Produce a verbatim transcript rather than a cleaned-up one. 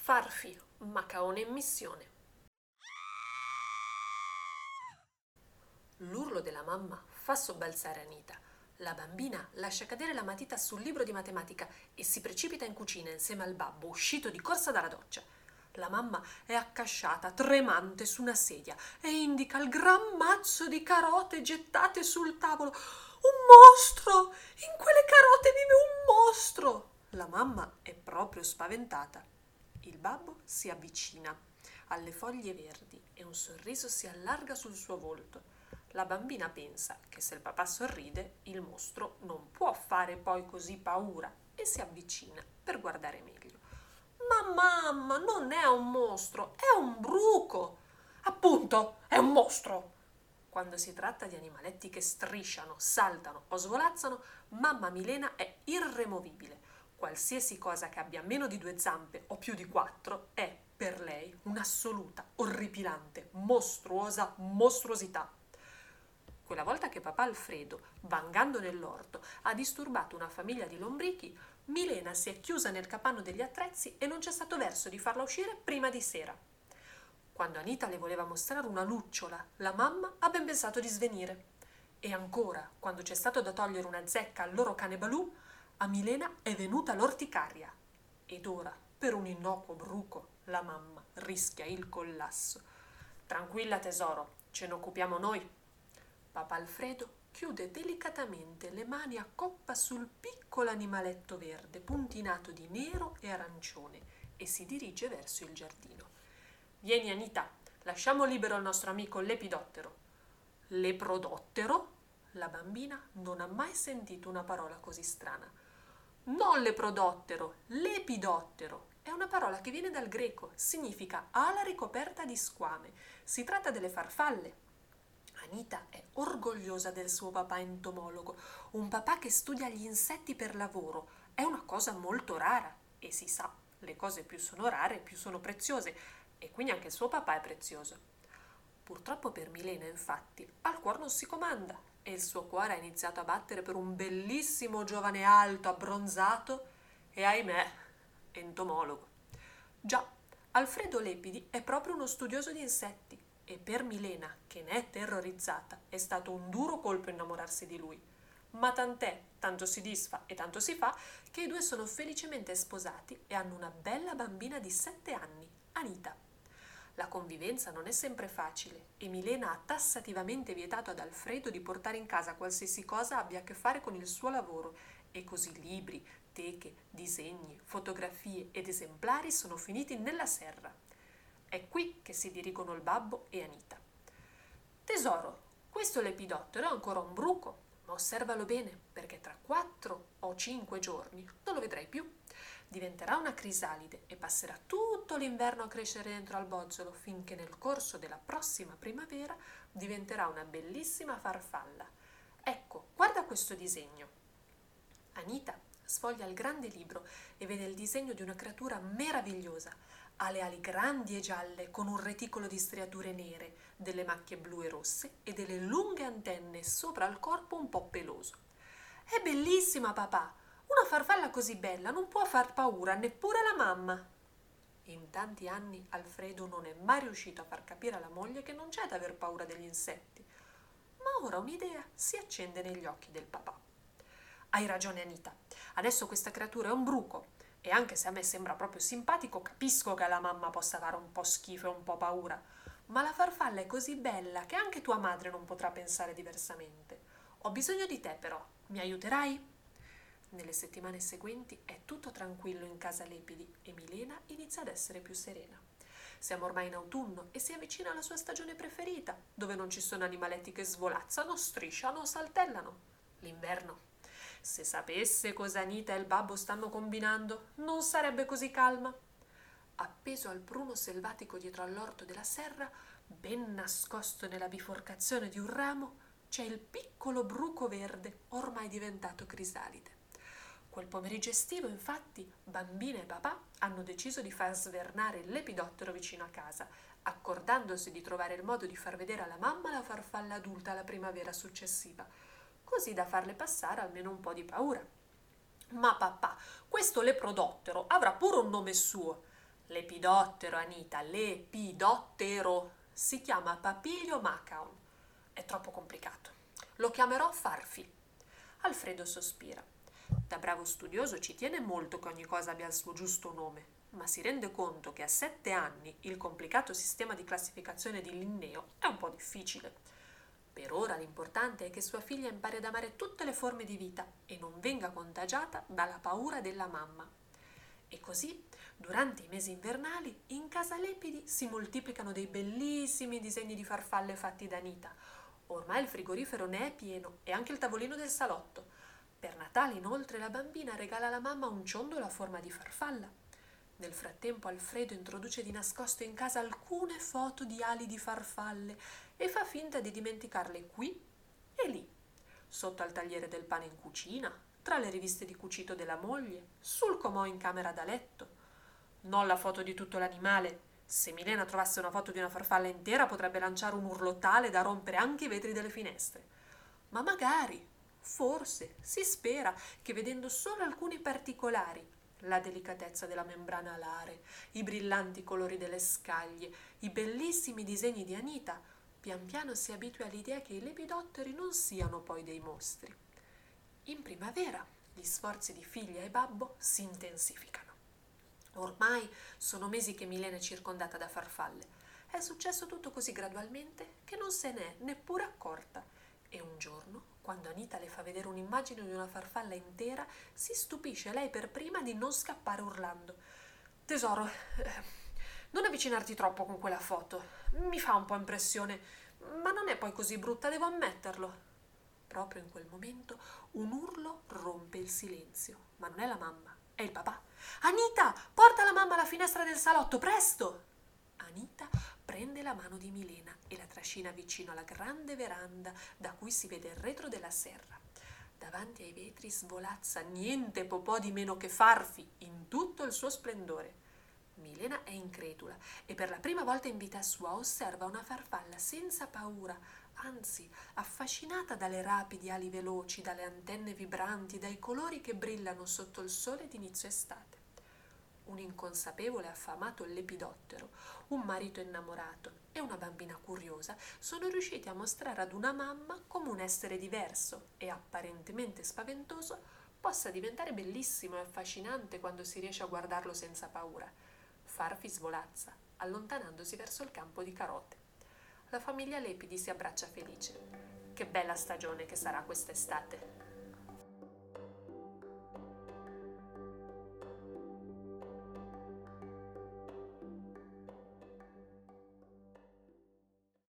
Farfi, Macaone in missione. L'urlo della mamma fa sobbalzare Anita. La bambina lascia cadere la matita sul libro di matematica e si precipita in cucina insieme al babbo uscito di corsa dalla doccia. La mamma è accasciata, tremante, su una sedia e indica il gran mazzo di carote gettate sul tavolo. Un mostro! In quelle carote vive un mostro! La mamma è proprio spaventata. Il babbo si avvicina alle foglie verdi e un sorriso si allarga sul suo volto. La bambina pensa che se il papà sorride, il mostro non può fare poi così paura e si avvicina per guardare meglio. Ma mamma, non è un mostro, è un bruco! Appunto, è un mostro! Quando si tratta di animaletti che strisciano, saltano o svolazzano, mamma Milena è irremovibile. Qualsiasi cosa che abbia meno di due zampe o più di quattro è, per lei, un'assoluta, orripilante, mostruosa mostruosità. Quella volta che papà Alfredo, vangando nell'orto, ha disturbato una famiglia di lombrichi, Milena si è chiusa nel capanno degli attrezzi e non c'è stato verso di farla uscire prima di sera. Quando Anita le voleva mostrare una lucciola, la mamma ha ben pensato di svenire. E ancora, quando c'è stato da togliere una zecca al loro cane Balù, a Milena è venuta l'orticaria. Ed ora, per un innocuo bruco, la mamma rischia il collasso. Tranquilla tesoro, ce ne occupiamo noi. Papà Alfredo chiude delicatamente le mani a coppa sul piccolo animaletto verde puntinato di nero e arancione e si dirige verso il giardino. Vieni Anita, lasciamo libero il nostro amico lepidottero. Leprodottero? La bambina non ha mai sentito una parola così strana. Non leprodottero, lepidottero. È una parola che viene dal greco, significa ala ricoperta di squame. Si tratta delle farfalle. Anita è orgogliosa del suo papà entomologo, un papà che studia gli insetti per lavoro. È una cosa molto rara e si sa, le cose più sono rare, più sono preziose e quindi anche il suo papà è prezioso. Purtroppo per Milena, infatti, al cuore non si comanda e il suo cuore ha iniziato a battere per un bellissimo giovane alto, abbronzato e, ahimè, entomologo. Già, Alfredo Lepidi è proprio uno studioso di insetti e per Milena, che ne è terrorizzata, è stato un duro colpo innamorarsi di lui. Ma tant'è, tanto si disfa e tanto si fa, che i due sono felicemente sposati e hanno una bella bambina di sette anni, Anita. La convivenza non è sempre facile e Milena ha tassativamente vietato ad Alfredo di portare in casa qualsiasi cosa abbia a che fare con il suo lavoro e così libri, teche, disegni, fotografie ed esemplari sono finiti nella serra. È qui che si dirigono il babbo e Anita. Tesoro, questo lepidottero è ancora un bruco, ma osservalo bene perché tra quattro o cinque giorni non lo vedrai più. Diventerà una crisalide e passerà tutto l'inverno a crescere dentro al bozzolo finché nel corso della prossima primavera diventerà una bellissima farfalla. Ecco, guarda questo disegno. Anita sfoglia il grande libro e vede il disegno di una creatura meravigliosa. Ha le ali grandi e gialle con un reticolo di striature nere, delle macchie blu e rosse e delle lunghe antenne sopra il corpo un po' peloso. È bellissima, papà! Una farfalla così bella non può far paura neppure alla mamma. In tanti anni Alfredo non è mai riuscito a far capire alla moglie che non c'è da aver paura degli insetti. Ma ora un'idea si accende negli occhi del papà. Hai ragione Anita, adesso questa creatura è un bruco e anche se a me sembra proprio simpatico capisco che alla mamma possa fare un po' schifo e un po' paura, ma la farfalla è così bella che anche tua madre non potrà pensare diversamente. Ho bisogno di te però, mi aiuterai? Nelle settimane seguenti è tutto tranquillo in casa Lepidi e Milena inizia ad essere più serena. Siamo ormai in autunno e si avvicina alla sua stagione preferita, dove non ci sono animaletti che svolazzano, strisciano o saltellano. L'inverno. Se sapesse cosa Anita e il babbo stanno combinando, non sarebbe così calma. Appeso al pruno selvatico dietro all'orto della serra, ben nascosto nella biforcazione di un ramo, c'è il piccolo bruco verde, ormai diventato crisalide. Quel pomeriggio estivo, infatti, bambina e papà hanno deciso di far svernare il lepidottero vicino a casa, accordandosi di trovare il modo di far vedere alla mamma la farfalla adulta la primavera successiva, così da farle passare almeno un po' di paura. Ma papà, questo leprodottero avrà pure un nome suo. Lepidottero, Anita, lepidottero. Si chiama Papilio macaon. È troppo complicato. Lo chiamerò Farfi. Alfredo sospira. Da bravo studioso ci tiene molto che ogni cosa abbia il suo giusto nome, ma si rende conto che a sette anni il complicato sistema di classificazione di Linneo è un po' difficile. Per ora l'importante è che sua figlia impari ad amare tutte le forme di vita e non venga contagiata dalla paura della mamma. E così, durante i mesi invernali, in casa Lepidi si moltiplicano dei bellissimi disegni di farfalle fatti da Anita. Ormai il frigorifero ne è pieno e anche il tavolino del salotto. Per Natale, inoltre, la bambina regala alla mamma un ciondolo a forma di farfalla. Nel frattempo Alfredo introduce di nascosto in casa alcune foto di ali di farfalle e fa finta di dimenticarle qui e lì, sotto al tagliere del pane in cucina, tra le riviste di cucito della moglie, sul comò in camera da letto. Non la foto di tutto l'animale. Se Milena trovasse una foto di una farfalla intera potrebbe lanciare un urlo tale da rompere anche i vetri delle finestre. Ma magari, forse, si spera che vedendo solo alcuni particolari, la delicatezza della membrana alare, i brillanti colori delle scaglie, i bellissimi disegni di Anita, pian piano si abitui all'idea che i lepidotteri non siano poi dei mostri. In primavera gli sforzi di figlia e babbo si intensificano. Ormai sono mesi che Milena è circondata da farfalle. È successo tutto così gradualmente che non se n'è neppure accorta. E un giorno, quando Anita le fa vedere un'immagine di una farfalla intera, si stupisce lei per prima di non scappare urlando. «Tesoro, eh, non avvicinarti troppo con quella foto. Mi fa un po' impressione, ma non è poi così brutta, devo ammetterlo». Proprio in quel momento un urlo rompe il silenzio, ma non è la mamma, è il papà. «Anita, porta la mamma alla finestra del salotto, presto!» Anita prende la mano di Milena e la trascina vicino alla grande veranda da cui si vede il retro della serra. Davanti ai vetri svolazza niente po' po' di meno che Farfi in tutto il suo splendore. Milena è incredula e per la prima volta in vita sua osserva una farfalla senza paura, anzi affascinata dalle rapidi ali veloci, dalle antenne vibranti, dai colori che brillano sotto il sole d'inizio estate. Un inconsapevole affamato lepidottero, un marito innamorato e una bambina curiosa sono riusciti a mostrare ad una mamma come un essere diverso e apparentemente spaventoso possa diventare bellissimo e affascinante quando si riesce a guardarlo senza paura. Farfi svolazza, allontanandosi verso il campo di carote. La famiglia Lepidi si abbraccia felice. Che bella stagione che sarà quest'estate!